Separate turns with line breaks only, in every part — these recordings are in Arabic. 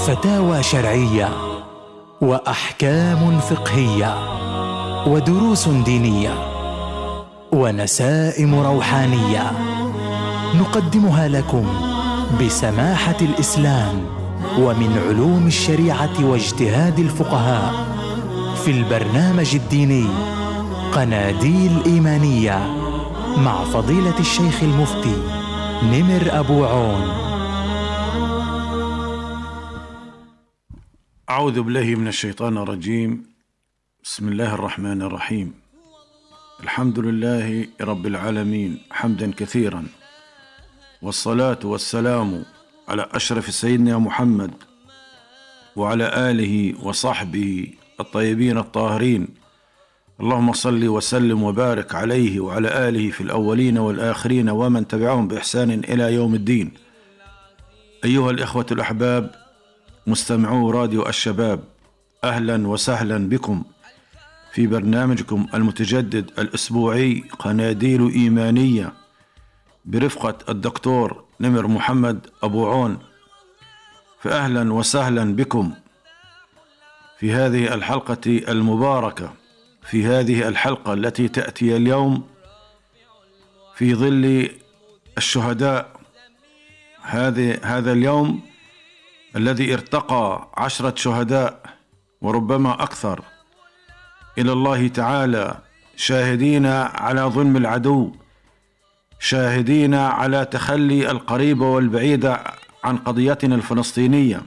فتاوى شرعية وأحكام فقهية ودروس دينية ونسائم روحانية نقدمها لكم بسماحة الإسلام ومن علوم الشريعة واجتهاد الفقهاء في البرنامج الديني قناديل إيمانية مع فضيلة الشيخ المفتي نمر أبو عون.
أعوذ بالله من الشيطان الرجيم. بسم الله الرحمن الرحيم. الحمد لله رب العالمين حمدا كثيرا، والصلاة والسلام على أشرف سيدنا محمد وعلى آله وصحبه الطيبين الطاهرين. اللهم صل وسلم وبارك عليه وعلى آله في الأولين والآخرين ومن تبعهم بإحسان إلى يوم الدين. أيها الإخوة الأحباب مستمعو راديو الشباب، أهلا وسهلا بكم في برنامجكم المتجدد الأسبوعي قناديل إيمانية برفقة الدكتور نمر محمد أبو عون. فأهلا وسهلا بكم في هذه الحلقة المباركة، في هذه الحلقة التي تأتي اليوم في ظل الشهداء. هذا اليوم الذي ارتقى 10 شهداء وربما أكثر إلى الله تعالى، شاهدين على ظلم العدو، شاهدين على تخلي القريب والبعيد عن قضيتنا الفلسطينية،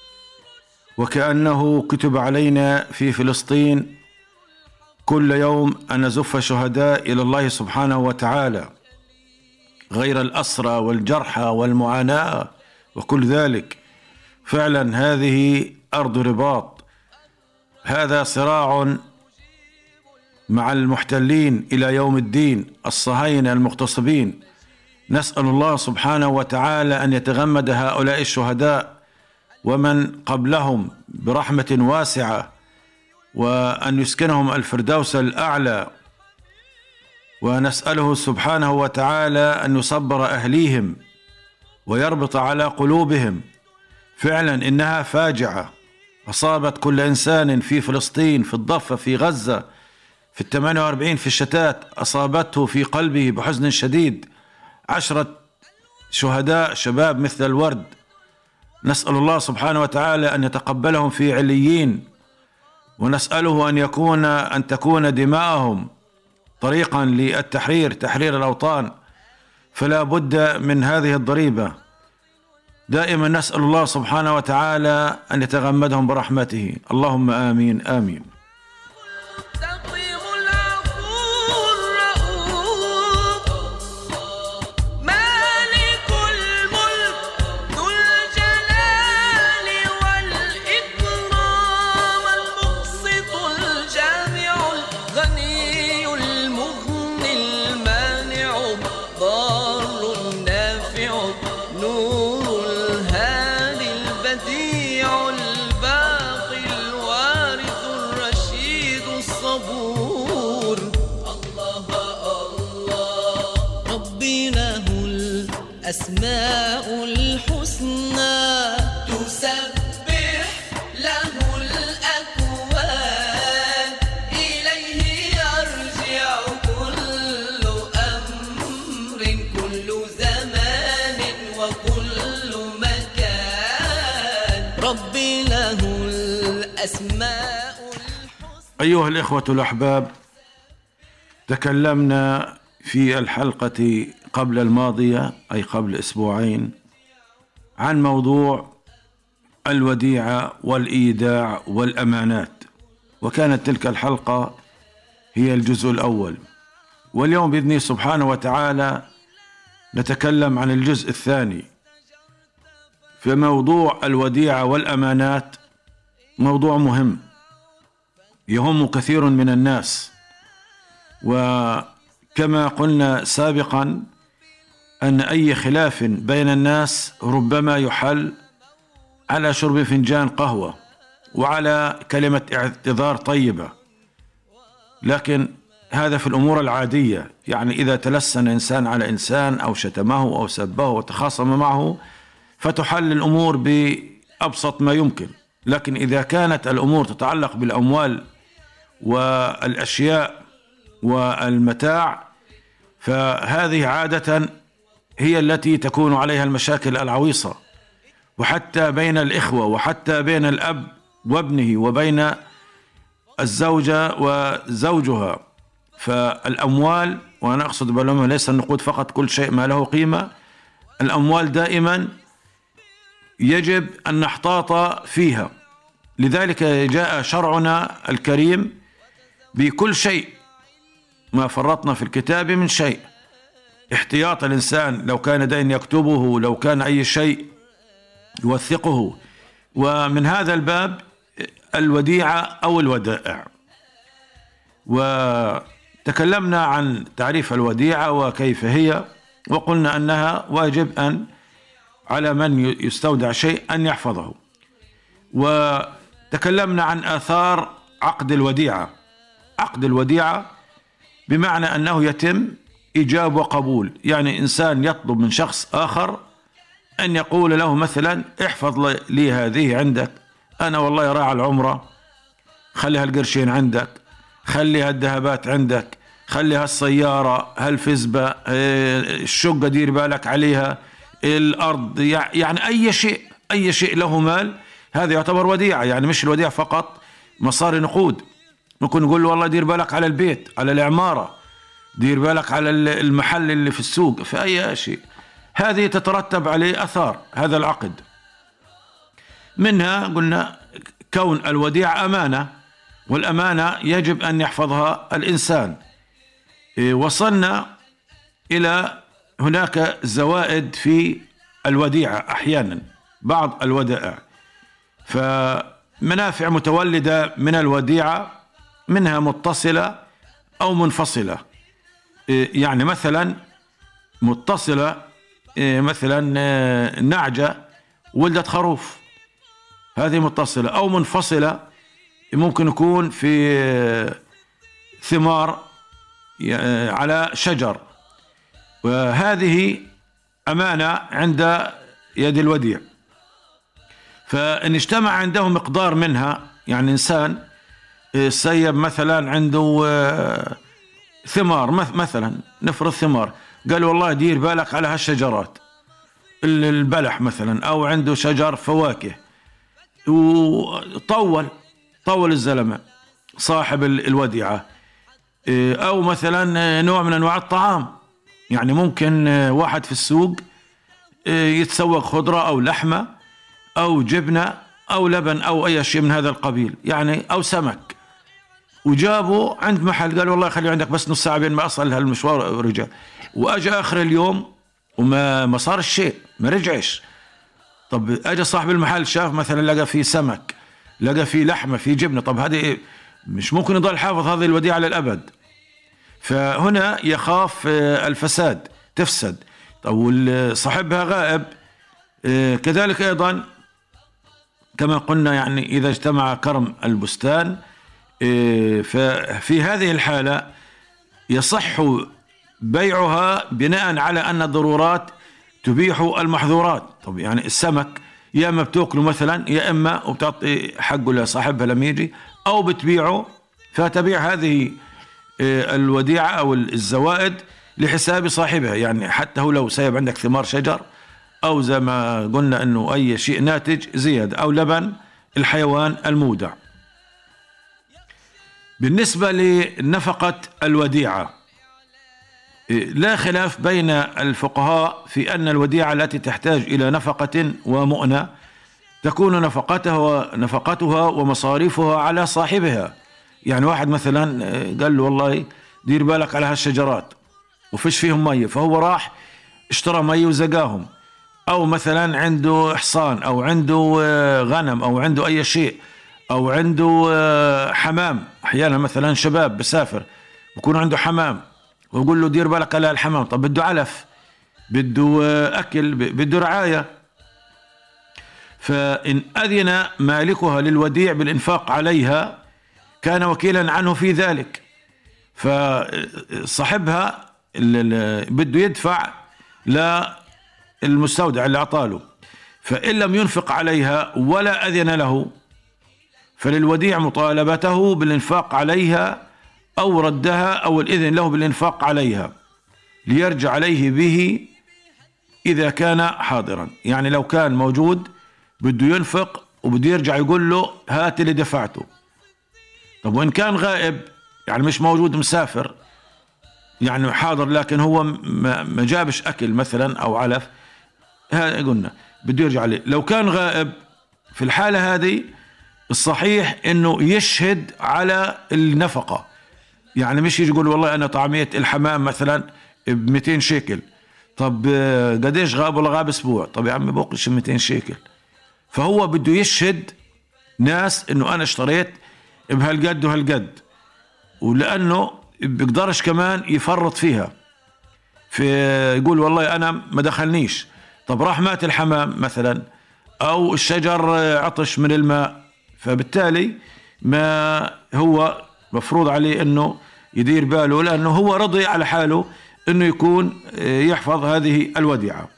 وكأنه كتب علينا في فلسطين كل يوم أن نزف شهداء إلى الله سبحانه وتعالى، غير الأسرى والجرحى والمعاناة وكل ذلك. فعلا هذه أرض رباط، هذا صراع مع المحتلين إلى يوم الدين، الصهاينة المغتصبين. نسأل الله سبحانه وتعالى أن يتغمد هؤلاء الشهداء ومن قبلهم برحمة واسعة، وأن يسكنهم الفردوس الأعلى، ونسأله سبحانه وتعالى أن يصبر أهليهم ويربط على قلوبهم. فعلا إنها فاجعة أصابت كل إنسان في فلسطين، في الضفة، في غزة، في 48 في الشتات، أصابته في قلبه بحزن شديد 10 شهداء شباب مثل الورد. نسأل الله سبحانه وتعالى أن يتقبلهم في عليين، ونسأله أن تكون دماءهم طريقا للتحرير، تحرير الأوطان. فلا بد من هذه الضريبة. دائما نسأل الله سبحانه وتعالى أن يتغمدهم برحمته. اللهم آمين آمين.
أسماء الحسنى تسبح له الأكوان، إليه يرجع كل أمر، كل زمان وكل مكان، ربي له الأسماء الحسنى.
أيها الإخوة الأحباب، تكلمنا في الحلقة قبل الماضية، أي قبل أسبوعين، عن موضوع الوديعة والإيداع والأمانات، وكانت تلك الحلقة هي الجزء الأول. واليوم بإذن الله سبحانه وتعالى نتكلم عن الجزء الثاني. في موضوع الوديعة والأمانات موضوع مهم يهم كثير من الناس، وكما قلنا سابقا أن أي خلاف بين الناس ربما يحل على شرب فنجان قهوة وعلى كلمة اعتذار طيبة، لكن هذا في الأمور العادية. يعني إذا تلسن إنسان على إنسان أو شتمه أو سبه وتخاصم معه فتحل الأمور أبسط ما يمكن. لكن إذا كانت الأمور تتعلق بالأموال والأشياء والمتاع فهذه عادة هي التي تكون عليها المشاكل العويصة، وحتى بين الإخوة وحتى بين الأب وابنه وبين الزوجة وزوجها. فالأموال، وأنا أقصد بالأموال ليس النقود فقط، كل شيء ما له قيمة، الأموال دائما يجب أن نحتاط فيها. لذلك جاء شرعنا الكريم بكل شيء، ما فرطنا في الكتاب من شيء. احتياط الإنسان لو كان دين يكتبه، لو كان أي شيء يوثقه. ومن هذا الباب الوديعة أو الودائع. وتكلمنا عن تعريف الوديعة وكيف هي، وقلنا أنها واجب أن على من يستودع شيء أن يحفظه. وتكلمنا عن آثار عقد الوديعة. عقد الوديعة بمعنى أنه يتم إيجاب وقبول، يعني إنسان يطلب من شخص آخر أن يقول له مثلا احفظ لي هذه عندك، أنا والله راعى العمرة، خلي هالقرشين عندك، خلي هالذهبات عندك، خلي هالسيارة، هالفزبة، الشقة دير بالك عليها، الأرض، يعني أي شيء له مال، هذا يعتبر وديعة. يعني مش الوديعة فقط مصاري نقود، ممكن نقول له والله دير بالك على البيت، على العمارة، دير بالك على المحل اللي في السوق، في أي شيء. هذه تترتب عليه أثار هذا العقد. منها قلنا كون الوديعة أمانة، والأمانة يجب أن يحفظها الإنسان. وصلنا إلى هناك زوائد في الوديعة أحيانا، بعض الودائع، فمنافع متولدة من الوديعة، منها متصلة أو منفصلة. يعني مثلا متصلة، مثلا نعجة ولدت خروف، هذه متصلة. أو منفصلة ممكن يكون في ثمار على شجر، وهذه أمانة عند يد الوديع. فإن اجتمع عنده مقدار منها، يعني إنسان سيب مثلا عنده ثمار، مثلا نفرض ثمار، قال والله دير بالك على هالشجرات، البلح مثلا، أو عنده شجر فواكه، وطول الزلمة صاحب الوديعة. أو مثلا نوع من أنواع الطعام، يعني ممكن واحد في السوق يتسوق خضرة أو لحمة أو جبنة أو لبن أو أي شيء من هذا القبيل، يعني أو سمك، وجابوا عند محل، قال والله خليه عندك بس نص ساعة بين ما أصل هالمشوار ورجع. وأجى آخر اليوم وما صار الشيء، ما رجعش. طب أجى صاحب المحل شاف مثلا لقى فيه سمك، لقى فيه لحمة، فيه جبنة، طب هذه مش ممكن يضل حافظ هذه الوديعة للأبد. فهنا يخاف الفساد، تفسد. طب وصاحبها غائب، كذلك أيضا كما قلنا، يعني إذا اجتمع كرم البستان، ففي هذه الحالة يصح بيعها بناء على أن الضرورات تبيح المحظورات. طب يعني السمك يا اما بتاكله مثلا، يا اما وبتعطي حقه لصاحبها لما يجي، او بتبيعه، فتبيع هذه الوديعة او الزوائد لحساب صاحبها. يعني حتى هو لو سايب عندك ثمار شجر، او زي ما قلنا انه اي شيء ناتج زيادة، او لبن الحيوان المودع. بالنسبة لنفقة الوديعة، لا خلاف بين الفقهاء في أن الوديعة التي تحتاج إلى نفقة ومؤنة تكون نفقتها ومصاريفها على صاحبها. يعني واحد مثلا قال له والله دير بالك على هالشجرات وفيش فيهم مية، فهو راح اشترى مية وزقاهم. أو مثلا عنده حصان، أو عنده غنم، أو عنده أي شيء، أو عنده حمام. أحيانا مثلا شباب بسافر يكون عنده حمام، ويقول له دير بالك على الحمام. طب بده علف، بده أكل، بده رعاية. فإن أذن مالكها للوديع بالإنفاق عليها كان وكيلا عنه في ذلك، فصاحبها بده يدفع للمستودع اللي أعطاله. فإن لم ينفق عليها ولا أذن له فللوديع مطالبته بالإنفاق عليها أو ردها أو الإذن له بالإنفاق عليها ليرجع عليه به إذا كان حاضرا. يعني لو كان موجود بده ينفق وبده يرجع يقول له هات اللي دفعته. طب وإن كان غائب يعني مش موجود مسافر يعني حاضر لكن هو ما جابش أكل مثلا أو علف، هذا قلنا بده يرجع عليه. لو كان غائب في الحالة هذه الصحيح إنه يشهد على النفقة، يعني مش يجي يقول والله أنا طعمية الحمام مثلا ب 200 شيكل، طب قديش غاب؟ ولا غاب أسبوع. طب يا عمي بوقش 200 شيكل. فهو بده يشهد ناس إنه أنا اشتريت بهالقد وهالقد، ولأنه بيقدرش كمان يفرط فيها، في يقول والله أنا ما دخلنيش. طب راح مات الحمام مثلا أو الشجر عطش من الماء، فبالتالي ما هو مفروض عليه أنه يدير باله، لأنه هو رضي على حاله أنه يكون يحفظ هذه الوديعة.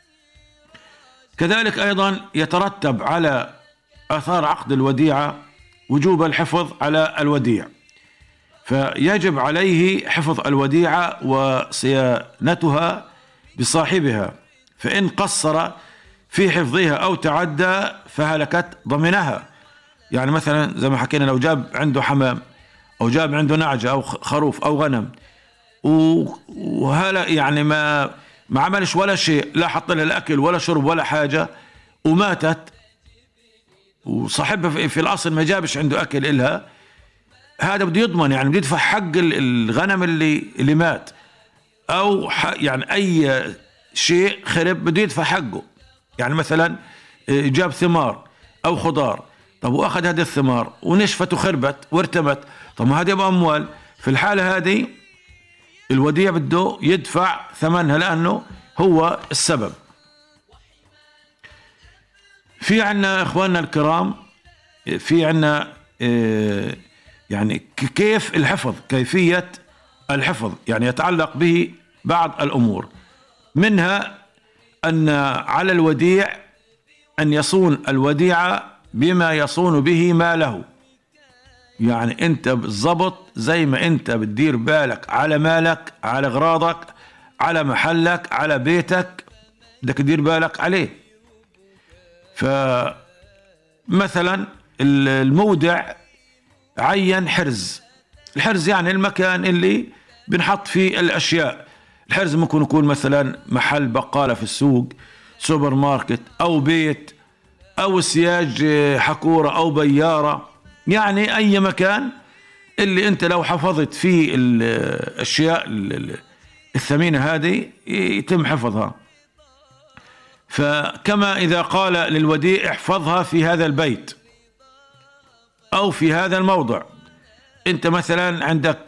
كذلك أيضا يترتب على آثار عقد الوديعة وجوب الحفظ على الوديع، فيجب عليه حفظ الوديعة وصيانتها بصاحبها، فإن قصر في حفظها أو تعدى فهلكت ضمنها. يعني مثلا زي ما حكينا لو جاب عنده حمام أو جاب عنده نعجة أو خروف أو غنم وهلا يعني ما عملش ولا شيء، لا حط لها الأكل ولا شرب ولا حاجة وماتت، وصاحبها في الأصل ما جابش عنده أكل إلها، هذا بده يضمن، يعني بده يدفع حق الغنم اللي مات، أو يعني أي شيء خرب بده يدفع حقه. يعني مثلا جاب ثمار أو خضار، طب وأخذ هذه الثمار ونشفت وخربت وارتمت، طب ما هذه أموال. في الحالة هذه الوديع بده يدفع ثمنها لأنه هو السبب. في عنا إخواننا الكرام في عنا يعني كيف الحفظ، كيفية الحفظ يعني يتعلق به بعض الأمور، منها أن على الوديع أن يصون الوديعة بما يصون به ماله. يعني أنت بالضبط زي ما أنت بتدير بالك على مالك، على أغراضك، على محلك، على بيتك، بدك تدير بالك عليه. فمثلا المودع عين حرز، الحرز يعني المكان اللي بنحط فيه الأشياء. الحرز ممكن يكون مثلا محل بقالة في السوق، سوبر ماركت، أو بيت، أو سياج حكورة أو بيارة، يعني أي مكان اللي أنت لو حفظت فيه الأشياء الثمينة هذه يتم حفظها. فكما إذا قال للوديع احفظها في هذا البيت أو في هذا الموضع. أنت مثلا عندك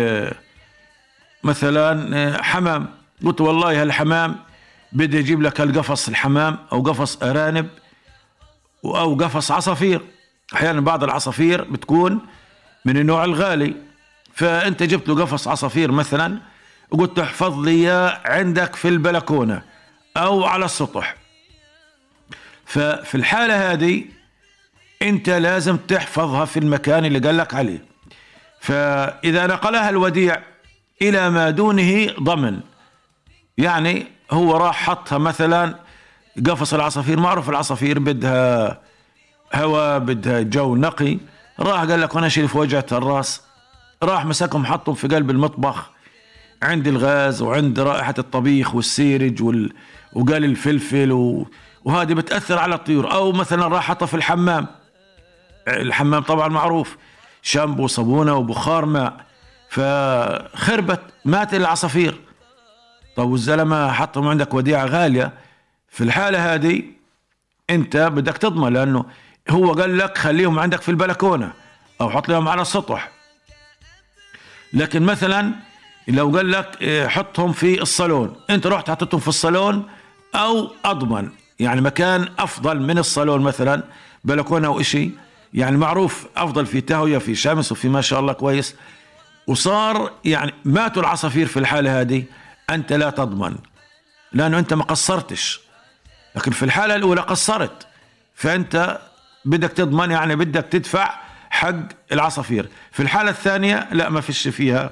مثلا حمام، قلت والله هالحمام بدي أجيب لك القفص الحمام أو قفص أرانب أو قفص عصافير. أحيانا بعض العصافير بتكون من النوع الغالي، فأنت جبت له قفص عصافير مثلا وقلت احفظ لي عندك في البلكونة أو على السطح. ففي الحالة هذه أنت لازم تحفظها في المكان اللي قال لك عليه. فإذا نقلها الوديع إلى ما دونه ضمن، يعني هو راح حطها مثلا قفص العصافير، معروف العصافير بدها هواء، بدها جو نقي، راح قال لك وانا اشيل في وجهة الراس، راح مسكهم حطهم في قلب المطبخ عند الغاز وعند رائحة الطبيخ والسيرج وقال الفلفل وهذه بتأثر على الطيور. أو مثلا راح حطها في الحمام، الحمام طبعا معروف شامبو صابونة وبخار ماء، فخربت مات العصافير. طب والزلمة حطهم عندك وديعة غالية، في الحالة هذه انت بدك تضمن، لأنه هو قال لك خليهم عندك في البلكونة أو حط لهم على السطح. لكن مثلا لو قال لك حطهم في الصالون، انت رحت حطتهم في الصالون، أو أضمن يعني مكان أفضل من الصالون، مثلا بلكونة أو إشي يعني معروف أفضل، في تهوية، في شمس، وفي ما شاء الله كويس، وصار يعني ماتوا العصافير، في الحالة هذه أنت لا تضمن، لأنه أنت ما قصرتش. لكن في الحالة الأولى قصرت، فأنت بدك تضمن، يعني بدك تدفع حق العصافير. في الحالة الثانية لا، ما فيش فيها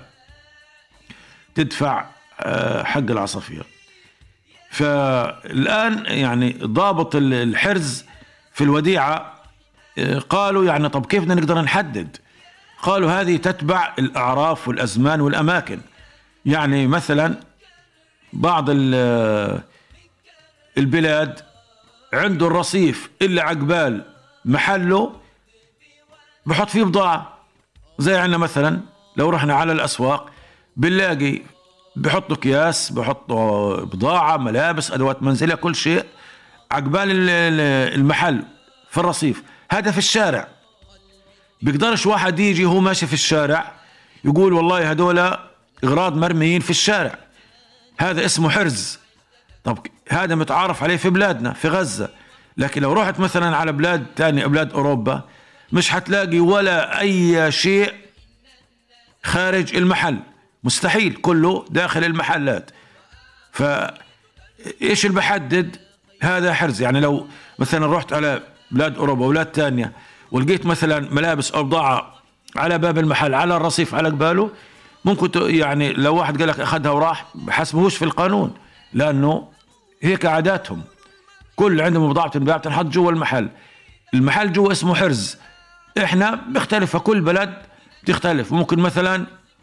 تدفع حق العصافير. فالآن يعني ضابط الحرز في الوديعة قالوا يعني طب كيف بدنا نقدر نحدد؟ قالوا هذه تتبع الأعراف والأزمان والأماكن. يعني مثلا بعض البلاد عنده الرصيف اللي عقبال محله بحط فيه بضاعة، زي عندنا مثلا لو رحنا على الأسواق بنلاقي بحطوا أكياس، بحطوا بضاعة، ملابس، أدوات منزلية، كل شيء عقبال المحل في الرصيف. هذا في الشارع، بيقدرش واحد يجي هو ماشي في الشارع يقول والله هدول اغراض مرميين في الشارع، هذا اسمه حرز. طب هذا متعارف عليه في بلادنا في غزة، لكن لو رحت مثلا على بلاد تانية، بلاد أوروبا، مش هتلاقي ولا أي شيء خارج المحل، مستحيل، كله داخل المحلات. فإيش اللي بحدد هذا حرز؟ يعني لو مثلا رحت على بلاد أوروبا وبلاد تانية ولقيت مثلا ملابس أو بضاعة على باب المحل على الرصيف على قباله، ممكن يعني لو واحد قال لك أخذها وراح بحسبهوش في القانون، لأنه هيك عاداتهم، كل عندهم بضاعة تنباع تنحط جوا المحل، المحل جوا اسمه حرز. احنا بيختلف، كل بلد بتختلف. ممكن مثلا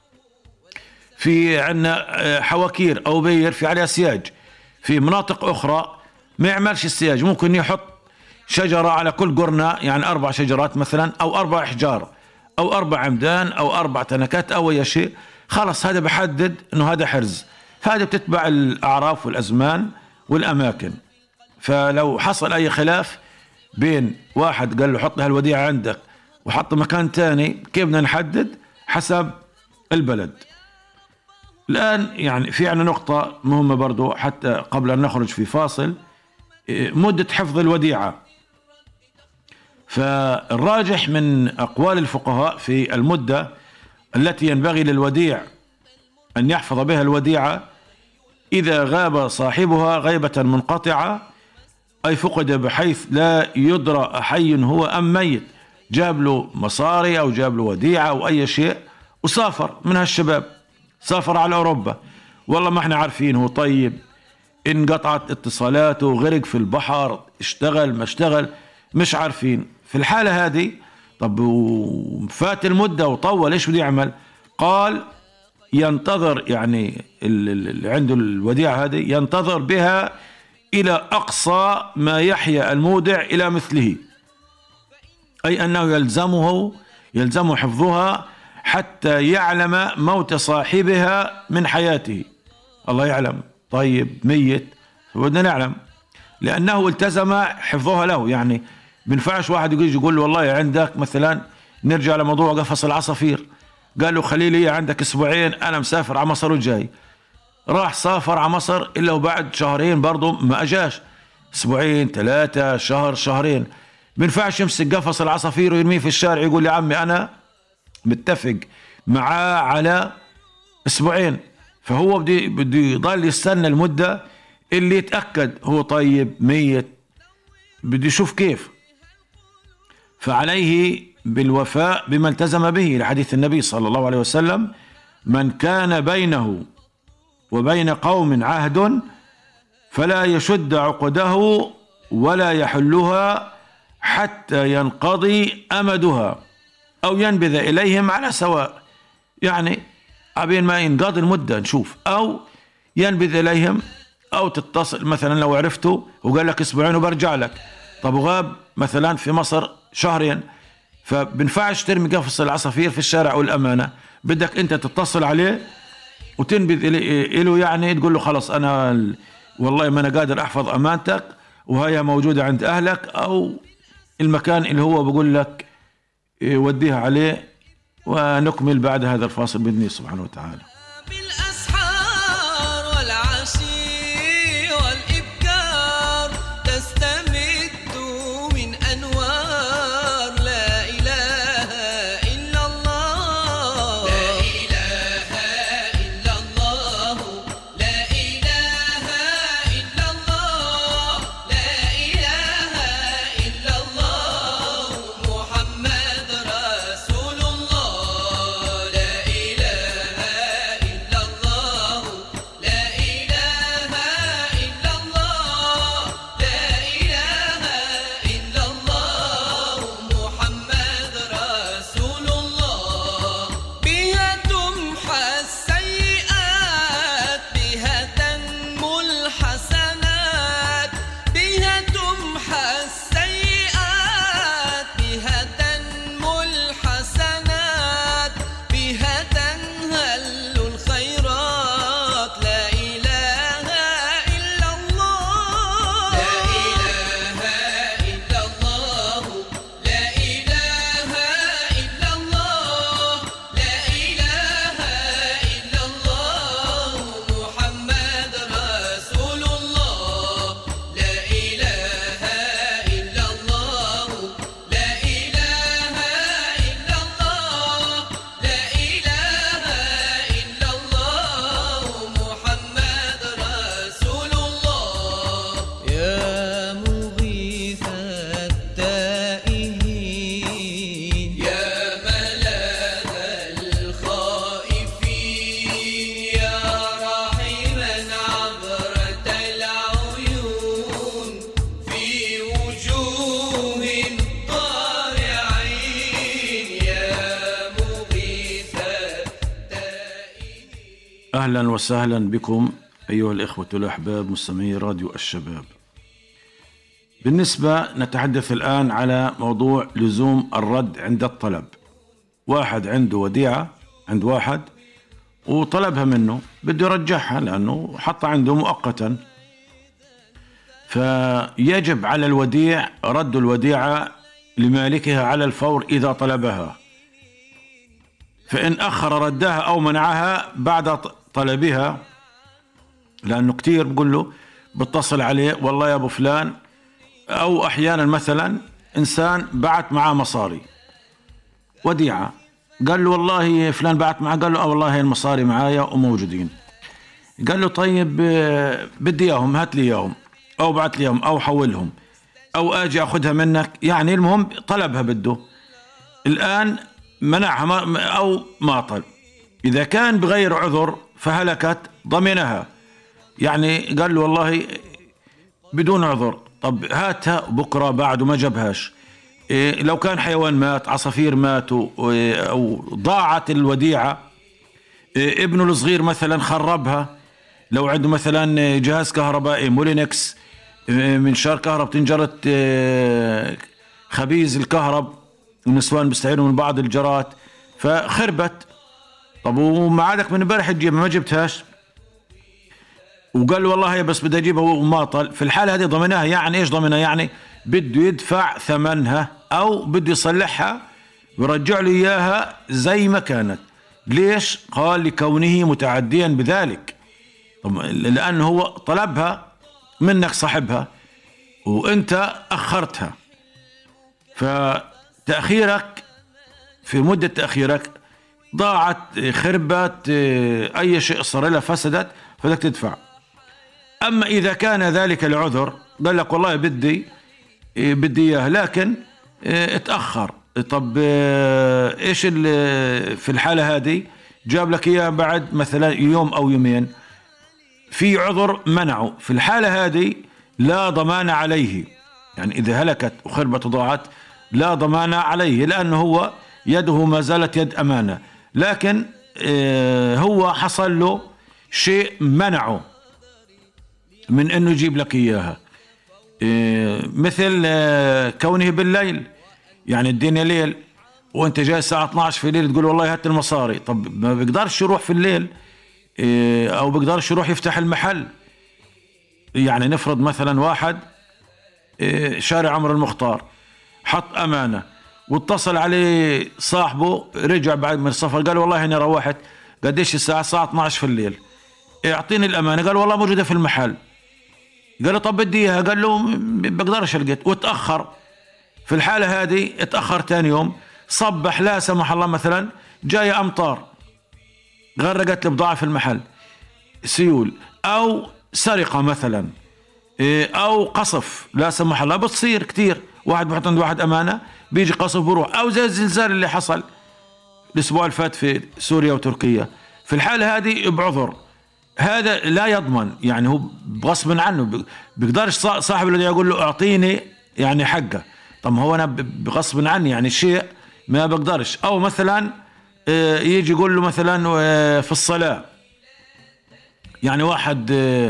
في عندنا حواكير أو بير في عليها سياج، في مناطق أخرى ما يعملش السياج، ممكن يحط شجرة على كل قرنة، يعني 4 شجرات مثلا، أو 4 أحجار، أو 4 عمدان، أو 4 تنكات، أو أي شيء. خلص هذا بحدد إنه هذا حرز. فهذا بتتبع الأعراف والأزمان والأماكن. فلو حصل أي خلاف بين واحد قال له حط لها الوديعة عندك وحط مكان تاني، كيف بدنا نحدد؟ حسب البلد. الآن يعني في عنا نقطة مهمة برضو حتى قبل أن نخرج في فاصل، مدة حفظ الوديعة. فالراجح من أقوال الفقهاء في المدة التي ينبغي للوديع أن يحفظ بها الوديعة إذا غاب صاحبها غيبة منقطعة، أي فقد بحيث لا يدرى أحي هو أم ميت، جاب له مصاري أو جاب له وديعة أو أي شيء وسافر من هالشباب، سافر على أوروبا، والله ما احنا عارفين هو طيب، انقطعت اتصالاته، غرق في البحر، اشتغل ما اشتغل، مش عارفين. في الحالة هذه طب وفات المدة وطول، ايش بده يعمل؟ قال ينتظر، يعني اللي عنده الوديعة هذه ينتظر بها إلى أقصى ما يحيا المودع إلى مثله، أي أنه يلزمه حفظها حتى يعلم موت صاحبها من حياته. الله يعلم طيب ميت، بدنا نعلم، لأنه التزم حفظها له. يعني بنفعش واحد يجي يقول له والله عندك مثلا، نرجع لموضوع قفص العصافير، قال له خليلي عندك 2 أسبوع أنا مسافر على مصر وجاي، راح سافر على مصر إلا وبعد 2 شهر برضه ما أجاش، 2 أسبوع 3 شهر 2 شهر، بنفعش يمسك قفص العصافير ويرميه في الشارع يقول يا عمي أنا متفق معاه على 2 أسبوع. فهو بده يضل يستنى المدة اللي يتأكد هو طيب ميت، بده يشوف كيف. فعليه بالوفاء بما التزم به، لحديث النبي صلى الله عليه وسلم: من كان بينه وبين قوم عهد فلا يشد عقده ولا يحلها حتى ينقضي أمدها أو ينبذ إليهم على سواء. يعني عبين ما ينقضي المدة نشوف، أو ينبذ إليهم، أو تتصل مثلا لو عرفته وقال لك 2 أسبوع وبرجع لك، طب وغاب مثلا في مصر 2 شهر، فبنفعش ترمي قفص العصافير في الشارع والأمانة، بدك أنت تتصل عليه وتنبذ إله، يعني تقول له خلص أنا والله ما أنا قادر أحفظ أمانتك وهي موجودة عند أهلك، أو المكان اللي هو بقول لك وديها عليه. ونكمل بعد هذا الفاصل بإذن الله سبحانه وتعالى.
بالأسحار والعشي والإبكار تستمد من أنوار لا إله إلا الله، لا إله إلا الله، لا إله إلا الله، لا
وأهلا وسهلا بكم أيها الإخوة الأحباب مستمعي راديو الشباب. بالنسبة نتحدث الآن على موضوع لزوم الرد عند الطلب. واحد عنده وديعة عند واحد وطلبها منه، بده يرجعها لأنه حطها عنده مؤقتا، فيجب على الوديع رد الوديعة لمالكها على الفور إذا طلبها، فإن أخر ردها أو منعها بعد طلبها، لأنه كتير بقول له بتصل عليه والله يا أبو فلان، أو أحيانا مثلا إنسان بعت معاه مصاري وديعة، قال له والله فلان بعت معاه، قال له والله المصاري معايا وموجودين، قال له طيب بدي إياهم، هات لي إياهم أو بعت لي إياهم أو حولهم أو أجي أخذها منك، يعني المهم طلبها بده. الآن منعها أو ما طلب، إذا كان بغير عذر فهلكت ضمنها، يعني قال له والله بدون عذر، طب هاتها بكرة بعد وما جابهاش، لو كان حيوان مات، عصافير ماتوا أو ضاعت الوديعة، ابنه الصغير مثلا خربها، لو عنده مثلا جهاز كهربائي مولينكس من شار كهرب تنجرت خبيز الكهرب، النسوان بيستعينوا من بعض الجرات فخربت، طب وما عادك من امبارح تجيبها ما جبتهاش، وقال له والله بس بدي اجيبها وما طل، في الحالة هذه ضمنها. يعني ايش ضمنها؟ يعني بده يدفع ثمنها او بده يصلحها ويرجع له اياها زي ما كانت. ليش؟ قال لكونه متعديا بذلك، لانه هو طلبها منك صاحبها وانت اخرتها، فتأخيرك في مدة تأخيرك ضاعت، خربت، اي شيء صار لها فسدت، فبدك تدفع. اما اذا كان ذلك لعذر، قال لك والله بدي اياه لكن اتأخر، طب ايش في الحالة هذه جاب لك اياه بعد مثلا يوم او يومين، في عذر منعه، في الحالة هذه لا ضمان عليه، يعني إذا هلكت وخربت وضاعت لا ضمان عليه، لأنه هو يده ما زالت يد أمانة، لكن هو حصل له شيء منعه من أنه يجيب لك إياها، مثل كونه بالليل، يعني الدنيا ليل وانت جاي الساعة 12 في الليل تقول والله هات المصاري، طب ما بيقدرش يروح في الليل او بيقدرش يروح يفتح المحل. يعني نفرض مثلا واحد شارع عمر المختار حط امانة واتصل عليه صاحبه، رجع بعد من السفر قال والله انا روحت، قديش الساعة 12 في الليل، اعطيني الامانة، قال والله موجودة في المحل، قال له طب بدي اياها، قال له بقدرش القيت، وتأخر. في الحالة هذه اتأخر تاني يوم، صبح لا سمح الله مثلا جاية امطار غرقت البضاعة في المحل، سيول او سرقة مثلا او قصف لا سمح الله، بتصير كتير، واحد بحط عند واحد امانة بيجي قصف بروح، او زي الزلزال اللي حصل الاسبوع اللي فات في سوريا وتركيا. في الحالة هذه بعذر، هذا لا يضمن، يعني هو غصب عنه، بيقدرش صاحب اللي يقول له اعطيني يعني حقه، طب هو انا بغصب عني يعني شيء ما بقدرش. او مثلا يجي يقول له مثلا في الصلاة، يعني واحد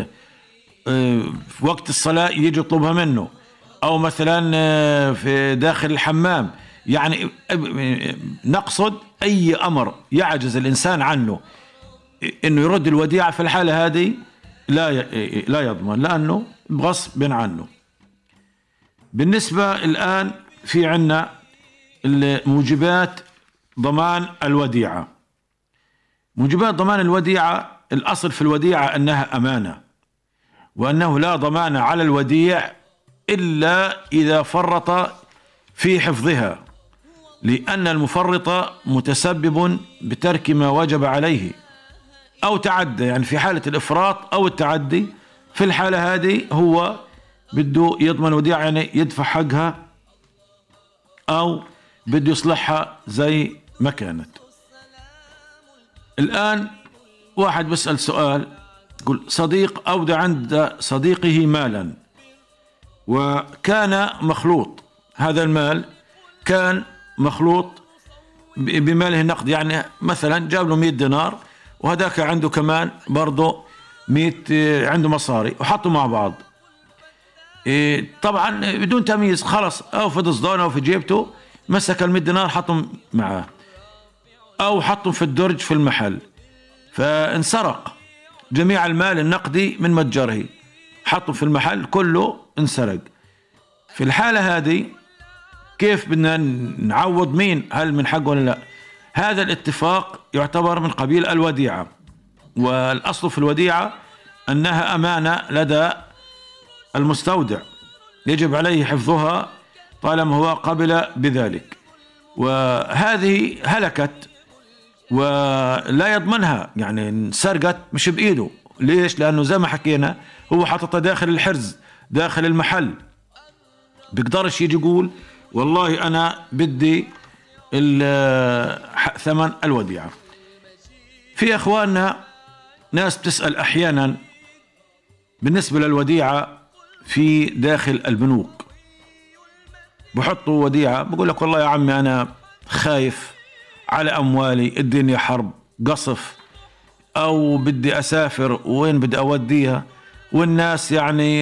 في وقت الصلاة يجي يطلبها منه، او مثلا في داخل الحمام، يعني نقصد اي امر يعجز الانسان عنه انه يرد الوديعة، في الحالة هذه لا يضمن، لانه بغصب عنه. بالنسبة الان في عنا موجبات ضمان الوديعة. موجبات ضمان الوديعة، الأصل في الوديعة أنها أمانة، وأنه لا ضمان على الوديع إلا إذا فرط في حفظها، لأن المفرط متسبب بترك ما وجب عليه أو تعدى، يعني في حالة الإفراط أو التعدي، في الحالة هذه هو بده يضمن وديعة، يعني يدفع حقها أو بده يصلحها زي ما كانت. الآن واحد بيسأل سؤال، يقول صديق أودع عند صديقه مالا وكان مخلوط، هذا المال كان مخلوط بماله النقد، يعني مثلا جاب له 100 دينار وهداك عنده كمان برضه 100 عنده مصاري وحطوا مع بعض. طبعا بدون تمييز، خلص أو في ضصدانه أو في جيبته مسك ال100 دينار حطهم معاه، أو حطهم في الدرج في المحل، فانسرق جميع المال النقدي من متجره، حطهم في المحل كله انسرق. في الحالة هذه كيف بدنا نعوض مين؟ هل من حقه ولا لا؟ هذا الاتفاق يعتبر من قبيل الوديعة، والأصل في الوديعة أنها أمانة لدى المستودع يجب عليه حفظها طالما هو قبل بذلك، وهذه هلكت ولا يضمنها، يعني انسرقت مش بإيده. ليش؟ لأنه زي ما حكينا هو حاططها داخل الحرز داخل المحل، بيقدرش يجي يقول والله أنا بدي ثمن الوديعة. في أخواننا ناس بتسأل أحيانا بالنسبة للوديعة في داخل البنوك، بحطوا وديعة بقول لك والله يا عمي أنا خايف على أموالي، الدنيا حرب قصف، أو بدي أسافر وين بدي أوديها، والناس يعني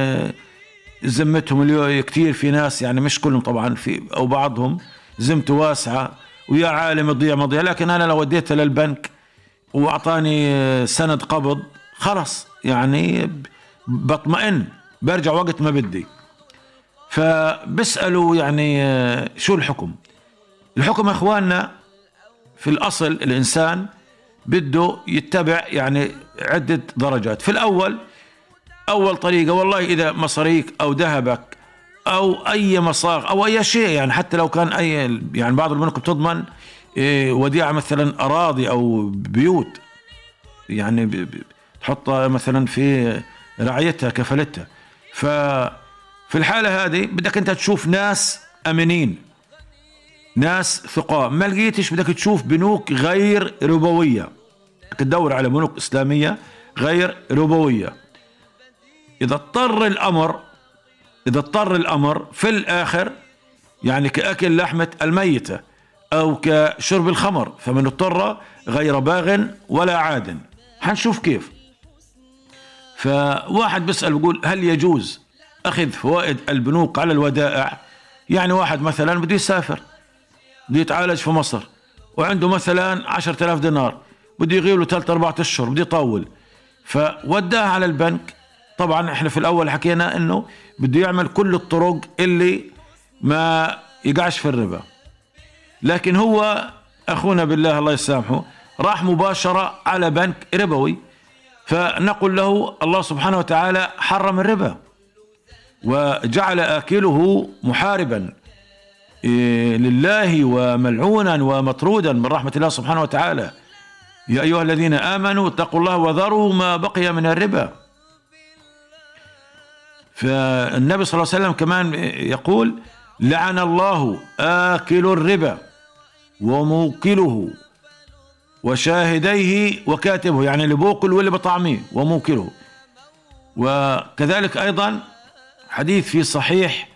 ذمتهم كتير، في ناس يعني مش كلهم طبعا، في أو بعضهم ذمته واسعة ويا عالم تضيع مضيع، لكن أنا لو وديتها للبنك وأعطاني سند قبض خلص يعني بطمئن برجع وقت ما بدي. فبسألوا يعني شو الحكم؟ الحكم أخواننا في الأصل الإنسان بده يتبع يعني عدة درجات. في الأول أول طريقة والله إذا مصاريك أو ذهبك أو أي مصاغ أو أي شيء، يعني حتى لو كان أي، يعني بعض البنوك بتضمن وديعة مثلا أراضي أو بيوت، يعني تحطها مثلا في رعايتها كفلتها. ففي الحالة هذه بدك أنت تشوف ناس أمنين، ناس ثقاء. ما لقيتش بدك تشوف بنوك غير ربوية، بدك تدور على بنوك إسلامية غير ربوية. إذا اضطر الأمر في الآخر، يعني كأكل لحمة الميتة أو كشرب الخمر، فمن اضطر غير باغ ولا عاد. حنشوف كيف. فواحد بيسأل بيقول هل يجوز أخذ فوائد البنوك على الودائع؟ يعني واحد مثلا بده يسافر، بده يتعالج في مصر، وعنده مثلا 10,000 دينار، بده يغيب له 3-4 أشهر، بده يطول، فوداها على البنك. طبعا احنا في الأول حكينا انه بده يعمل كل الطرق اللي ما يقعش في الربا، لكن هو أخونا بالله الله يسامحه راح مباشرة على بنك ربوي، فنقول له الله سبحانه وتعالى حرم الربا وجعل آكله محاربا لله وملعونا ومطرودا من رحمة الله سبحانه وتعالى. يا أيها الذين آمنوا اتقوا الله وذروا ما بقي من الربا. فالنبي صلى الله عليه وسلم كمان يقول لعن الله آكل الربا وموكله وشاهديه وكاتبه، يعني اللي بوكل واللي بطعميه وموكله. وكذلك أيضا حديث في صحيح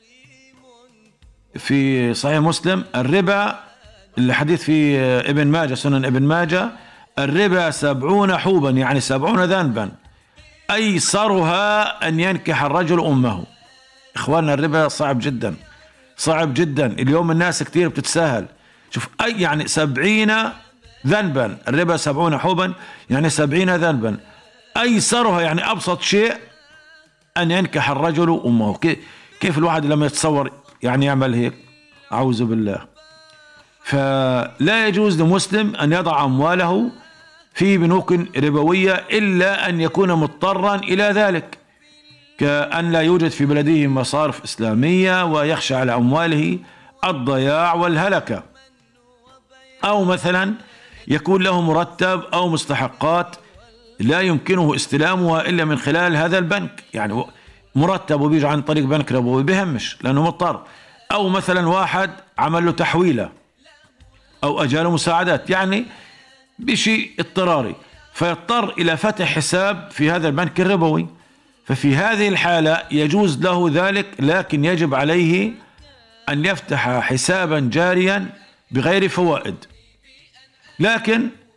مسلم الربا، الحديث في ابن ماجه سنن ابن ماجه، الربا 70 حوبا يعني 70 ذنبا أيسرها أن ينكح الرجل أمه. إخواننا الربا صعب جدا، صعب جدا. اليوم الناس كتير بتتساهل. شوف أي يعني 70 ذنبا، الربا 70 حوبا يعني 70 ذنبا أيسرها يعني أبسط شيء أن ينكح الرجل أمه. كيف الواحد لما يتصور يعني يعمل هيك؟ أعوذ بالله. فلا يجوز لمسلم أن يضع أمواله في بنوك ربوية إلا أن يكون مضطرا إلى ذلك، كأن لا يوجد في بلده مصارف إسلامية ويخشى على أمواله الضياع والهلكة، أو مثلا يكون له مرتب أو مستحقات لا يمكنه استلامها إلا من خلال هذا البنك، يعني مرتبه بيجي عن طريق بنك ربوي بيهمش لأنه مضطر، أو مثلا واحد عمل له تحويلة أو أجاله مساعدات، يعني بشيء اضطراري فيضطر إلى فتح حساب في هذا البنك الربوي. ففي هذه الحالة يجوز له ذلك، لكن يجب عليه أن يفتح حسابا جاريا بغير فوائد. لكن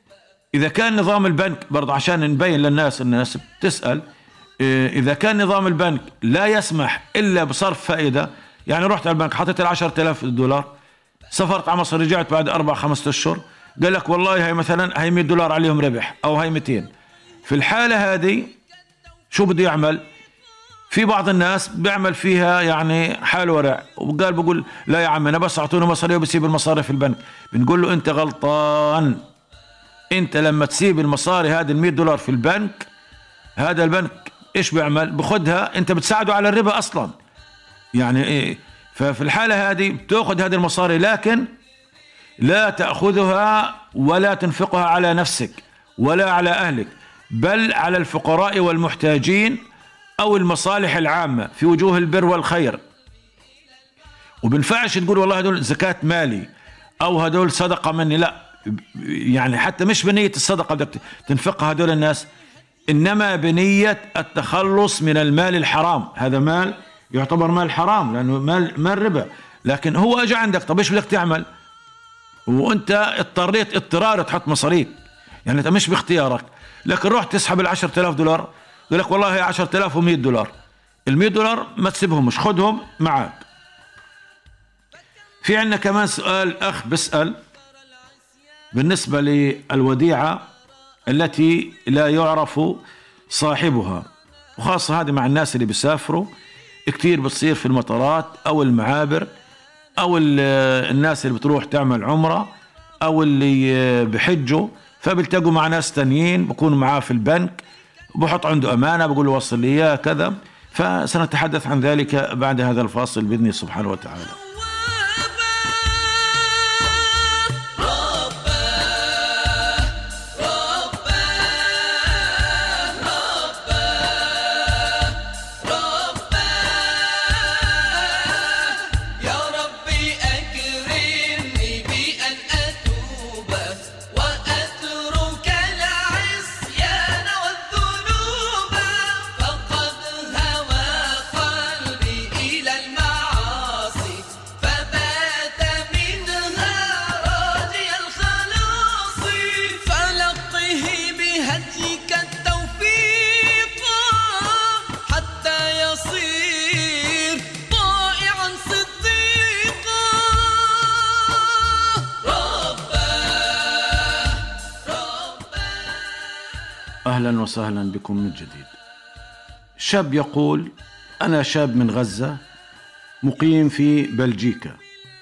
إذا كان نظام البنك برضه عشان نبين للناس، الناس بتسأل، إذا كان نظام البنك لا يسمح إلا بصرف فائدة، يعني رحت على البنك حطيت $10,000، سافرت على مصر رجعت بعد 4-5 أشهر، قال لك والله هي مثلا هي $100 عليهم ربح أو هي 200. في الحالة هذه شو بده يعمل؟ في بعض الناس بيعمل فيها يعني حال ورع، وقال بقول لا يا عم أنا بس أعطوني مصاري وبسيب المصاري في البنك. بنقول له أنت غلطان. أنت لما تسيب المصاري هذه $100 في البنك، هذا البنك إيش بيعمل؟ بخدها، أنت بتساعده على الربا أصلا يعني إيه. ففي الحالة هذه بتأخذ هذه المصاري، لكن لا تأخذها ولا تنفقها على نفسك ولا على أهلك، بل على الفقراء والمحتاجين أو المصالح العامة في وجوه البر والخير. وبنفعش تقول والله هدول زكاة مالي أو هدول صدقة مني، لا، يعني حتى مش بنية الصدقة بدك تنفقها هدول الناس، إنما بنية التخلص من المال الحرام. هذا مال يعتبر مال حرام لأنه مال ربا، لكن هو أجى عندك، طب إيش بدك تعمل؟ وأنت اضطريت اضطرار تحط مصاريك، يعني أنت مش باختيارك، لكن رحت تسحب $10,000، يقول لك والله هي $10,100. $100 ما تسيبهم، مش خدهم معك. في عندنا كمان سؤال، أخ بسأل بالنسبة للوديعة التي لا يعرف صاحبها، وخاصة هذه مع الناس اللي بيسافروا كتير، بتصير في المطارات أو المعابر أو الناس اللي بتروح تعمل عمرة أو اللي بحجوا، فبيلتقوا مع ناس تانيين بكونوا معاه في البنك، وبحط عنده أمانة بقول له وصل لي إياه كذا. فسنتحدث عن ذلك بعد هذا الفاصل بإذن الله سبحانه وتعالى. أهلا وسهلا بكم من جديد. شاب يقول أنا شاب من غزة مقيم في بلجيكا.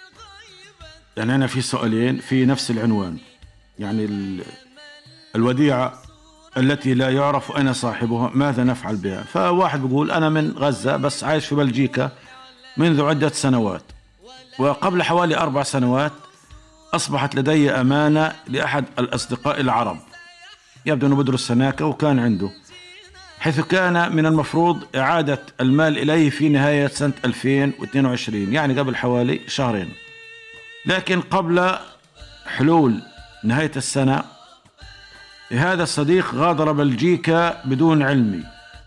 يعني أنا في سؤالين في نفس العنوان، يعني الوديعة التي لا يعرف أين صاحبها ماذا نفعل بها؟ فواحد بيقول أنا من غزة بس عايش في بلجيكا منذ عدة سنوات، وقبل حوالي 4 سنوات أصبحت لدي أمانة لأحد الأصدقاء العرب، يبدو أنه بدرس هناك وكان عنده، حيث كان من المفروض إعادة المال إليه في نهاية سنة 2022، يعني قبل حوالي 2 شهر. لكن قبل حلول نهاية السنة هذا الصديق غادر بلجيكا بدون علمي،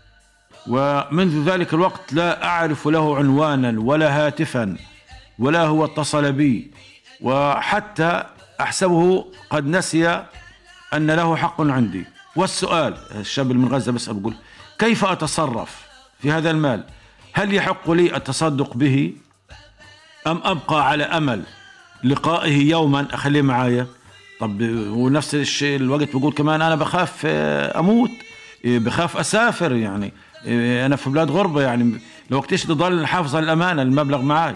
ومنذ ذلك الوقت لا أعرف له عنوانا ولا هاتفا ولا هو اتصل بي، وحتى أحسبه قد نسي أن له حق عندي. والسؤال، الشاب من غزة بس أقول كيف أتصرف في هذا المال؟ هل يحق لي التصدق به أم أبقى على أمل لقائه يوما أخليه معايا؟ طب ونفس الشيء الوقت بقول كمان أنا بخاف أموت، بخاف أسافر، يعني أنا في بلاد غربة، يعني لو وقتيش تضل نحافظ على الأمانة المبلغ معاي.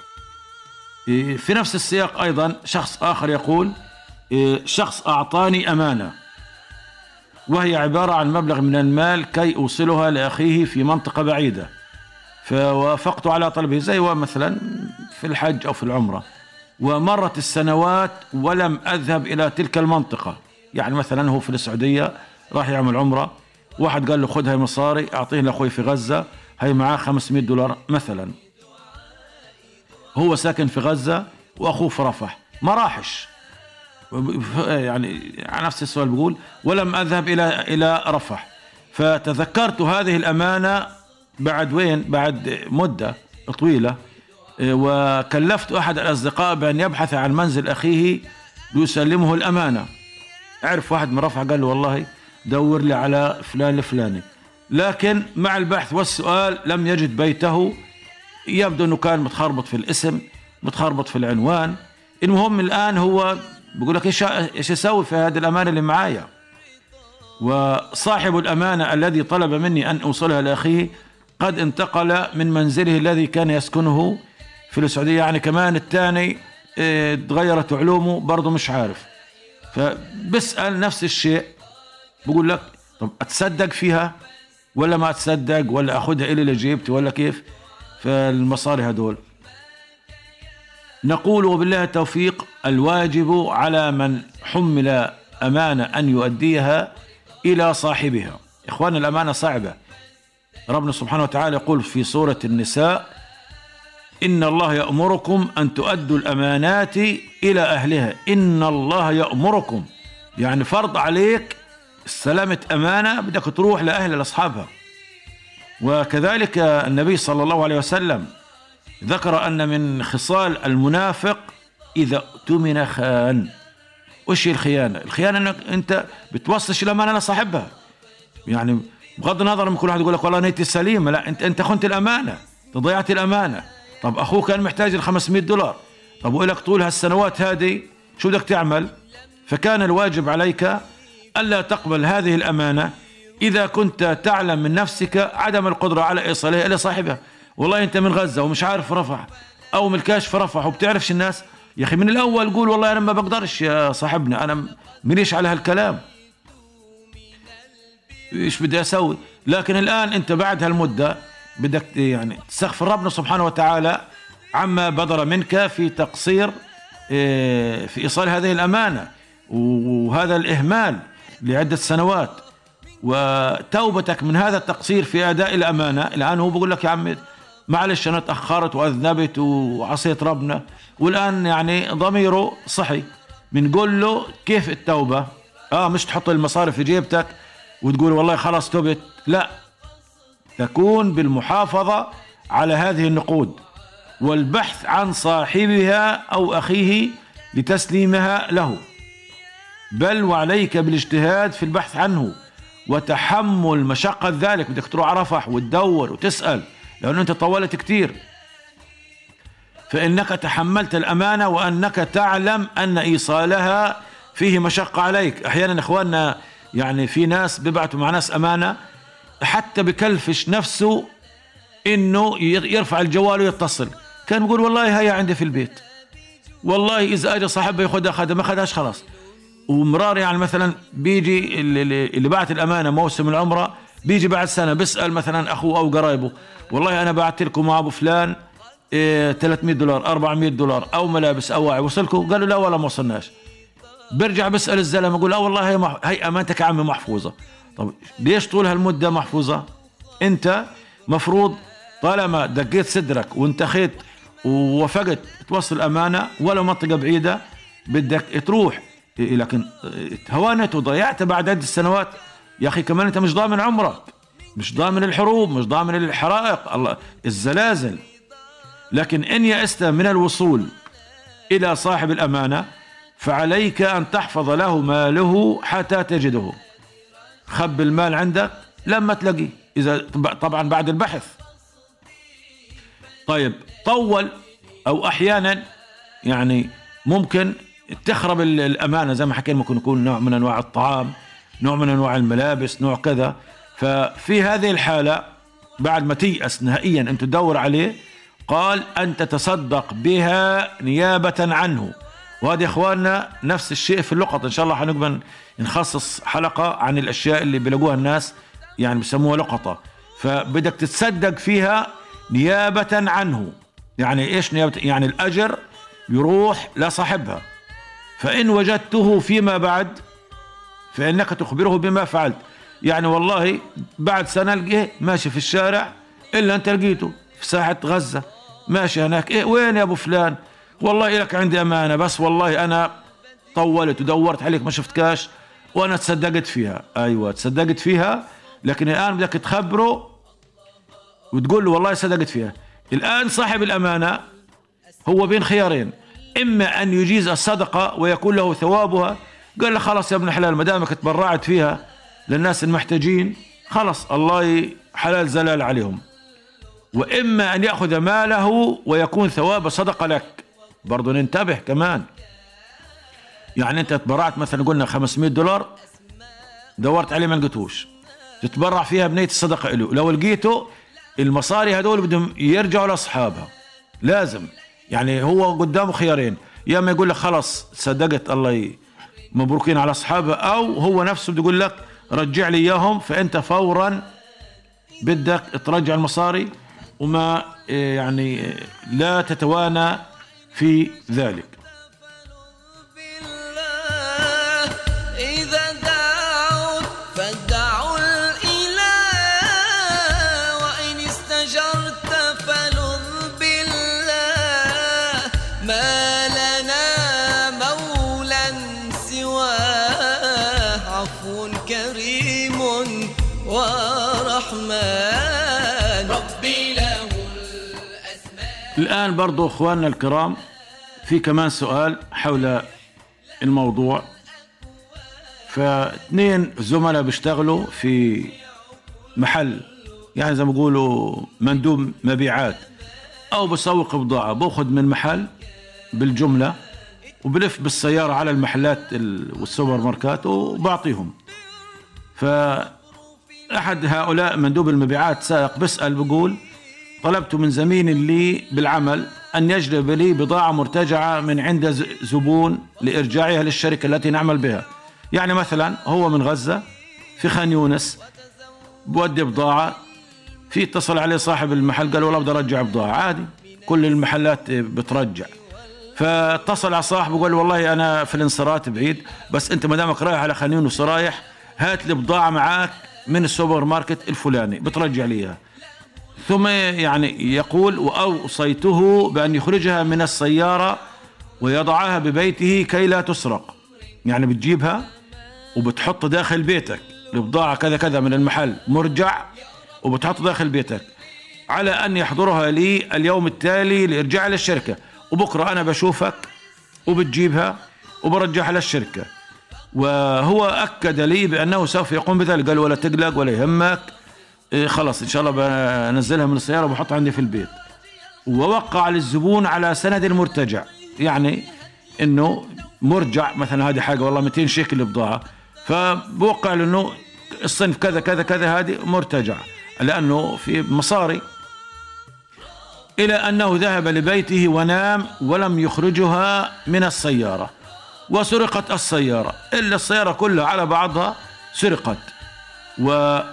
في نفس السياق أيضا شخص آخر يقول شخص أعطاني أمانة وهي عبارة عن مبلغ من المال كي أوصلها لأخيه في منطقة بعيدة، فوافقت على طلبه زي مثلا في الحج أو في العمرة، ومرت السنوات ولم أذهب إلى تلك المنطقة. يعني مثلا هو في السعودية راح يعمل عمرة، واحد قال له خذ هاي مصاري أعطيه لأخوي في غزة، هاي معاه $500 مثلا، هو ساكن في غزة وأخوه في رفح، ما راحش، يعني على نفس السؤال بقول ولم أذهب إلى رفح. فتذكرت هذه الأمانة بعد وين؟ بعد مدة طويلة، وكلفت أحد الأصدقاء بأن يبحث عن منزل أخيه ليسلمه الأمانة، عرف واحد من رفح قال له والله دور لي على فلان الفلاني، لكن مع البحث والسؤال لم يجد بيته. يبدو أنه كان متخربط في الاسم، متخربط في العنوان. المهم الآن هو بيقول لك إيش يسوي في هذه الأمانة اللي معايا. وصاحب الأمانة الذي طلب مني أن أوصلها لأخيه قد انتقل من منزله الذي كان يسكنه في السعودية، يعني كمان الثاني تغيرت علومه برضه مش عارف. فبسأل نفس الشيء، بقول لك طب أتصدق فيها ولا ما أتصدق، ولا أخذها إلي لجيبتي ولا كيف؟ فالمصاري هدول نقول وبالله التوفيق الواجب على من حمل أمانة أن يؤديها إلى صاحبها. إخواننا الأمانة صعبة. ربنا سبحانه وتعالى يقول في سورة النساء: إن الله يأمركم أن تؤدوا الأمانات إلى أهلها. إن الله يأمركم، يعني فرض عليك سلامة أمانة، بدك تروح لأهل لأصحابها. وكذلك النبي صلى الله عليه وسلم ذكر أن من خصال المنافق إذا اؤتمن خان. وش الخيانة؟ الخيانة أنك أنت بتوصلش الأمانة لصاحبها، يعني بغض النظر من كل واحد يقول لك والله نيتي سليمة، لا أنت خنت الأمانة، ضيعت الأمانة. طب أخوه كان محتاج $500، طب وإلك طول هالسنوات هذه شو بدك تعمل؟ فكان الواجب عليك ألا تقبل هذه الأمانة إذا كنت تعلم من نفسك عدم القدرة على إيصالها إلى صاحبها. والله أنت من غزة ومش عارف رفح، أو من الكاشف رفح وبتعرفش الناس، يا أخي من الأول قول والله أنا ما بقدرش يا صاحبنا، أنا منيش على هالكلام، إيش بدي أسوي؟ لكن الآن أنت بعد هالمدة بدك يعني تستغفر ربنا سبحانه وتعالى عما بدر منك في تقصير في إيصال هذه الأمانة وهذا الإهمال لعدة سنوات، وتوبتك من هذا التقصير في أداء الأمانة. الآن هو بقول لك يا عمي معلش أنا تأخرت وأذنبت وعصيت ربنا، والآن يعني ضميره صحي. بنقول له كيف التوبة؟ مش تحط المصاري في جيبتك وتقول والله خلاص تبت، لا، تكون بالمحافظة على هذه النقود والبحث عن صاحبها أو أخيه لتسليمها له، بل وعليك بالاجتهاد في البحث عنه وتحمل مشقة ذلك. بدك تروح رفح وتدور وتسأل، لأنه أنت طولت كتير، فإنك تحملت الأمانة وأنك تعلم أن إيصالها فيه مشقة عليك. أحيانا إخواننا يعني في ناس بيبعتوا مع ناس أمانة حتى بكلفش نفسه إنه يرفع الجوال ويتصل، كان بيقول والله هيا عندي في البيت، والله إذا أجى صاحبه ياخدها خدها، ما خدهاش خلاص. ومرار يعني مثلا بيجي اللي بعت الأمانة موسم العمرة بيجي بعد سنة بيسأل مثلا أخوه أو قرايبه، والله أنا بعت لكم مع أبو فلان $300 $400 أو ملابس أو واعي، وصلكم؟ قالوا لا ولا ما وصلناش. برجع بسأل الزلمة يقول والله هي أمانتك يا عمي محفوظة. طب ليش طول هالمدة محفوظة؟ أنت مفروض طالما دقيت صدرك وانتخيت ووافقت توصل الأمانة ولو منطقة بعيدة بدك تروح، لكن هوانت وضيعت بعد عدة السنوات. يا أخي كمان أنت مش ضامن عمرك، مش ضامن الحروب، مش ضامن الحرائق، الله الزلازل. لكن إن يأست من الوصول إلى صاحب الأمانة فعليك أن تحفظ له ماله حتى تجده. خب المال عندك لما تلاقيه، إذا طبعا بعد البحث. طيب طول، أو أحيانا يعني ممكن تخرب الأمانة زي ما حكينا، ممكن يكون نوع من أنواع الطعام، نوع من أنواع الملابس، نوع كذا. ففي هذه الحالة بعد ما تيأس نهائيا أن تدور عليه قال أن تتصدق بها نيابة عنه. وهذه إخواننا نفس الشيء في اللقط، إن شاء الله حنقبل نخصص حلقة عن الأشياء اللي بيلاقوها الناس يعني بسموها لقطة، فبدك تتصدق فيها نيابة عنه. يعني إيش نيابة؟ يعني الأجر يروح لصاحبها. فإن وجدته فيما بعد فإنك تخبره بما فعلت. يعني والله بعد سنة لقيه ماشي في الشارع إلا أنت لقيته في ساحة غزة ماشي هناك، وين يا أبو فلان؟ والله لك عندي أمانة، بس والله أنا طولت ودورت عليك ما شفت كاش وأنا تصدقت فيها. أيوة تصدقت فيها، لكن الآن بدك تخبره وتقول له والله صدقت فيها. الآن صاحب الأمانة هو بين خيارين: إما أن يجيز الصدقة ويكون له ثوابها قال له خلاص يا ابن الحلال ما دامك تبرعت فيها للناس المحتاجين خلاص الله حلال زلال عليهم. وإما أن يأخذ ماله ويكون ثواب صدقة لك. برضو ننتبه كمان، يعني أنت تبرعت مثلا قلنا $500 دورت عليه ما لقيتوش، تتبرع فيها بنية الصدقة له، لو لقيته المصاري هذول بدهم يرجعوا لأصحابها. لازم يعني هو قدامه خيارين، يا اما يقول لك خلاص صدقت الله مبروكين على أصحابها، أو هو نفسه بده يقول لك رجع لي إياهم، فأنت فورا بدك ترجع المصاري وما يعني لا تتوانى في ذلك.
إذا دعوت فادعوا الإله، وإن استجرت فلذ بالله، ما لنا مولا سواه، عفو كريم ورحمن، ربي له الأسماء.
الآن برضو أخواننا الكرام في كمان سؤال حول الموضوع. فاثنين زملاء بيشتغلوا في محل، يعني زي ما بيقولوا مندوب مبيعات أو بسوق بضاعة، باخذ من محل بالجملة وبلف بالسيارة على المحلات والسوبر ماركات وبعطيهم. فأحد هؤلاء مندوب المبيعات سائق بيسأل بيقول طلبت من زميلي اللي بالعمل أن يجلب لي بضاعة مرتجعة من عند زبون لإرجاعها للشركة التي نعمل بها. يعني مثلا هو من غزة في خان يونس بودي بضاعة، في اتصل عليه صاحب المحل قال والله بدي أرجع بضاعة، عادي كل المحلات بترجع. فاتصل على صاحبه قال والله أنا في الانصارات بعيد، بس أنت ما دامك رايح على خان يونس رايح هات لي بضاعة معاك من السوبر ماركت الفلاني بترجع ليها. ثم يعني يقول وأوصيته بأن يخرجها من السيارة ويضعها ببيته كي لا تسرق. يعني بتجيبها وبتحط داخل بيتك البضاعة كذا كذا من المحل مرجع، وبتحط داخل بيتك على أن يحضرها لي اليوم التالي لإرجاعها للشركة، وبكرة أنا بشوفك وبتجيبها وبرجعها للشركة. وهو أكد لي بأنه سوف يقوم بذلك، قال ولا تقلق ولا يهمك، خلاص إن شاء الله بنزلها من السيارة وبحطها عندي في البيت. ووقع للزبون على سند المرتجع، يعني إنه مرجع مثلا هذه حاجة والله 200 شيكل بضاعة، فبوقع له إنه الصنف كذا كذا كذا هذه مرتجع لأنه في مصاري. إلى أنه ذهب لبيته ونام ولم يخرجها من السيارة، وسرقت السيارة، إلا السيارة كلها على بعضها سرقت. وبلغ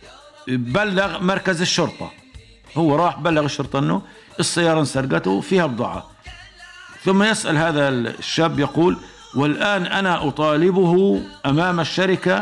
مركز الشرطة، هو راح بلغ الشرطة أنه السيارة انسرقت فيها بضاعة. ثم يسأل هذا الشاب يقول والآن أنا أطالبه أمام الشركة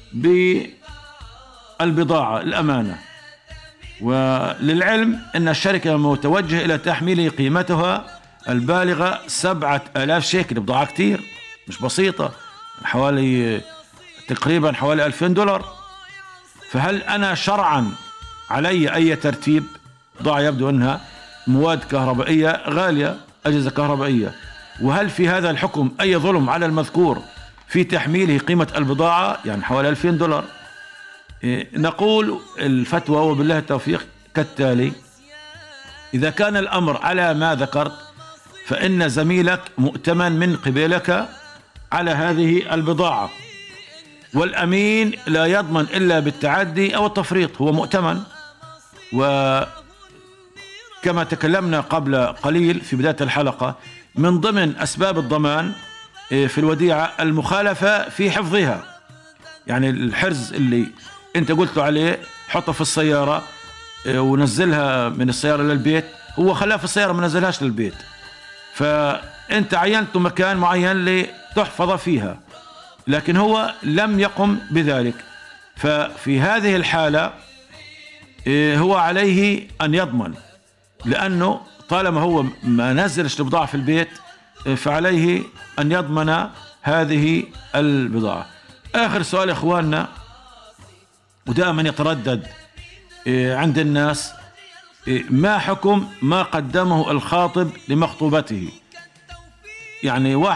بالبضاعة الأمانة، وللعلم أن الشركة متوجهة إلى تحميل قيمتها البالغة 7,000 شيكل، بضاعة كتير مش بسيطة، حوالي تقريبا حوالي $2000. فهل أنا شرعا علي أي ترتيب؟ بضاعة يبدو أنها مواد كهربائية غالية، أجهزة كهربائية، وهل في هذا الحكم أي ظلم على المذكور في تحميله قيمة البضاعة يعني حوالي $2000؟ نقول الفتوى وبالله التوفيق كالتالي: إذا كان الأمر على ما ذكرت فإن زميلك مؤتمن من قبلك على هذه البضاعة، والأمين لا يضمن إلا بالتعدي أو التفريط، هو مؤتمن. وكما تكلمنا قبل قليل في بداية الحلقة من ضمن أسباب الضمان في الوديعة المخالفة في حفظها، يعني الحرز اللي أنت قلت عليه حطه في السيارة ونزلها من السيارة للبيت، هو خلاها في السيارة ما نزلهاش للبيت، فأنت عينت مكان معين لتحفظ فيها لكن هو لم يقم بذلك. ففي هذه الحالة هو عليه أن يضمن، لأنه طالما هو ما نزلش البضاعة في البيت فعليه أن يضمن هذه البضاعة. آخر سؤال إخواننا ودائما يتردد عند الناس: ما حكم ما قدمه الخاطب لمخطوبته؟ يعني واحد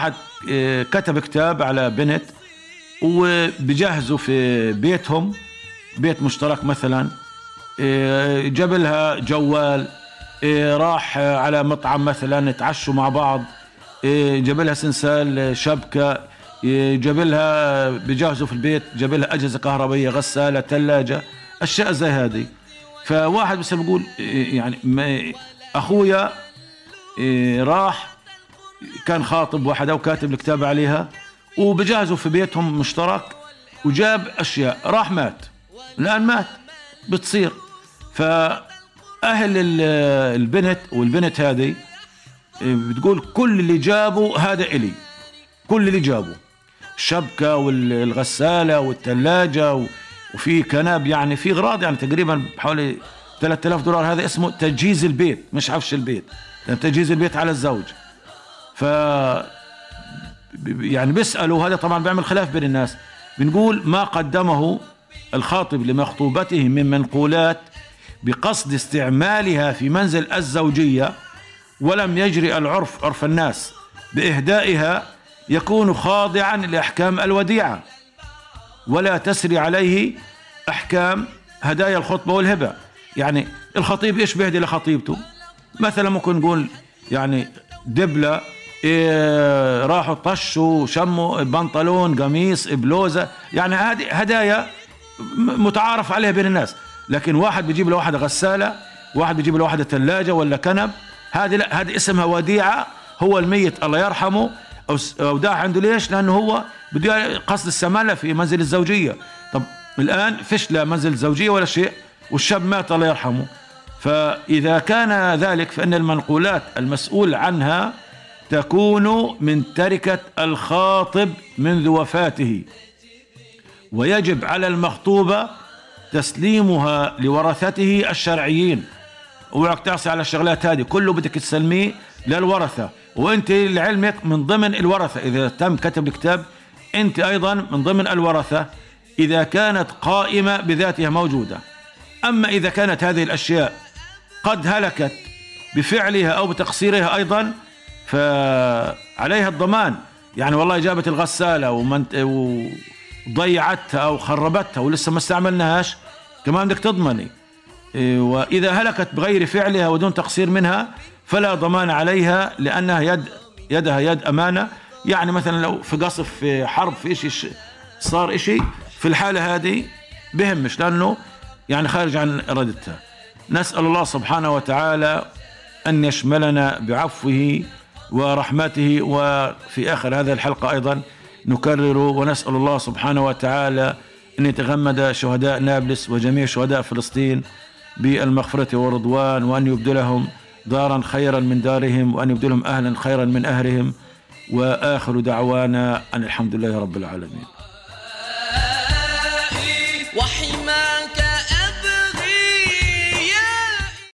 كتب كتاب على بنت وبجهزوا في بيتهم، بيت مشترك مثلا، جاب لها جوال، راح على مطعم مثلا اتعشوا مع بعض، جاب لها سنسال، شبكة، جاب لها بجهزوا في البيت، جاب لها أجهزة كهربائية، غسالة، ثلاجة، أشياء زي هذه. فواحد بس بيقول يعني أخويا راح كان خاطب واحدة وكاتب الكتاب عليها وبجهزوا في بيتهم مشترك وجاب أشياء، راح مات، الآن مات بتصير. فأهل البنت والبنت هذه بتقول كل اللي جابوا هذا إلي، كل اللي جابوا الشبكة والغسالة والثلاجة وفي كناب، يعني في غراض يعني تقريبا حوالي $3000. هذا اسمه تجهيز البيت مش عفش البيت، يعني تجهيز البيت على الزوج. ف يعني بيسألوا، هذا طبعا بيعمل خلاف بين الناس. بنقول ما قدمه الخاطب لمخطوبته من منقولات بقصد استعمالها في منزل الزوجية ولم يجري العرف عرف الناس بإهدائها يكون خاضعا لأحكام الوديعة ولا تسري عليه أحكام هدايا الخطبة والهبة. يعني الخطيب إيش بيهدي لخطيبته؟ مثلا ممكن نقول يعني دبلة، راحوا طشوا شموا بنطلون، قميص، بلوزة، يعني هذه هدايا متعارف عليها بين الناس. لكن واحد بيجيب له واحدة غسالة، واحد بيجيب له واحدة ثلاجة ولا كنب، هذه لا، هذه اسمها وديعة. هو الميت الله يرحمه أوداع عنده، ليش؟ لأنه هو بده قصد السمالة في منزل الزوجية. طب الآن فيش لا منزل الزوجية ولا شيء والشاب مات الله يرحمه. فإذا كان ذلك فإن المنقولات المسؤول عنها تكون من تركة الخاطب منذ وفاته، ويجب على المخطوبة تسليمها لورثته الشرعيين. اوعك تعصي على الشغلات هذه، كله بدك تسلميه للورثة، وانت لعلمك من ضمن الورثة. اذا تم كتب الكتاب انت ايضا من ضمن الورثة اذا كانت قائمة بذاتها موجودة. اما اذا كانت هذه الاشياء قد هلكت بفعلها او بتقصيرها ايضا فعليها الضمان. يعني والله جابت الغسالة وضيعتها او خربتها ولسه ما استعملناهاش، كمان بدك تضمني. وإذا هلكت بغير فعلها ودون تقصير منها فلا ضمان عليها، لأنها يدها يد أمانة. يعني مثلا لو في قصف، في حرب، في إشي صار إشي، في الحالة هذه بهمش لأنه يعني خارج عن إرادتها. نسأل الله سبحانه وتعالى أن يشملنا بعفوه ورحمته. وفي آخر هذه الحلقة أيضا نكرر ونسأل الله سبحانه وتعالى أن يتغمد شهداء نابلس وجميع شهداء فلسطين بالمغفرة والرضوان، وأن يبدلهم دارا خيرا من دارهم، وأن يبدلهم أهلا خيرا من أهلهم. وآخر دعوانا أن الحمد لله رب العالمين.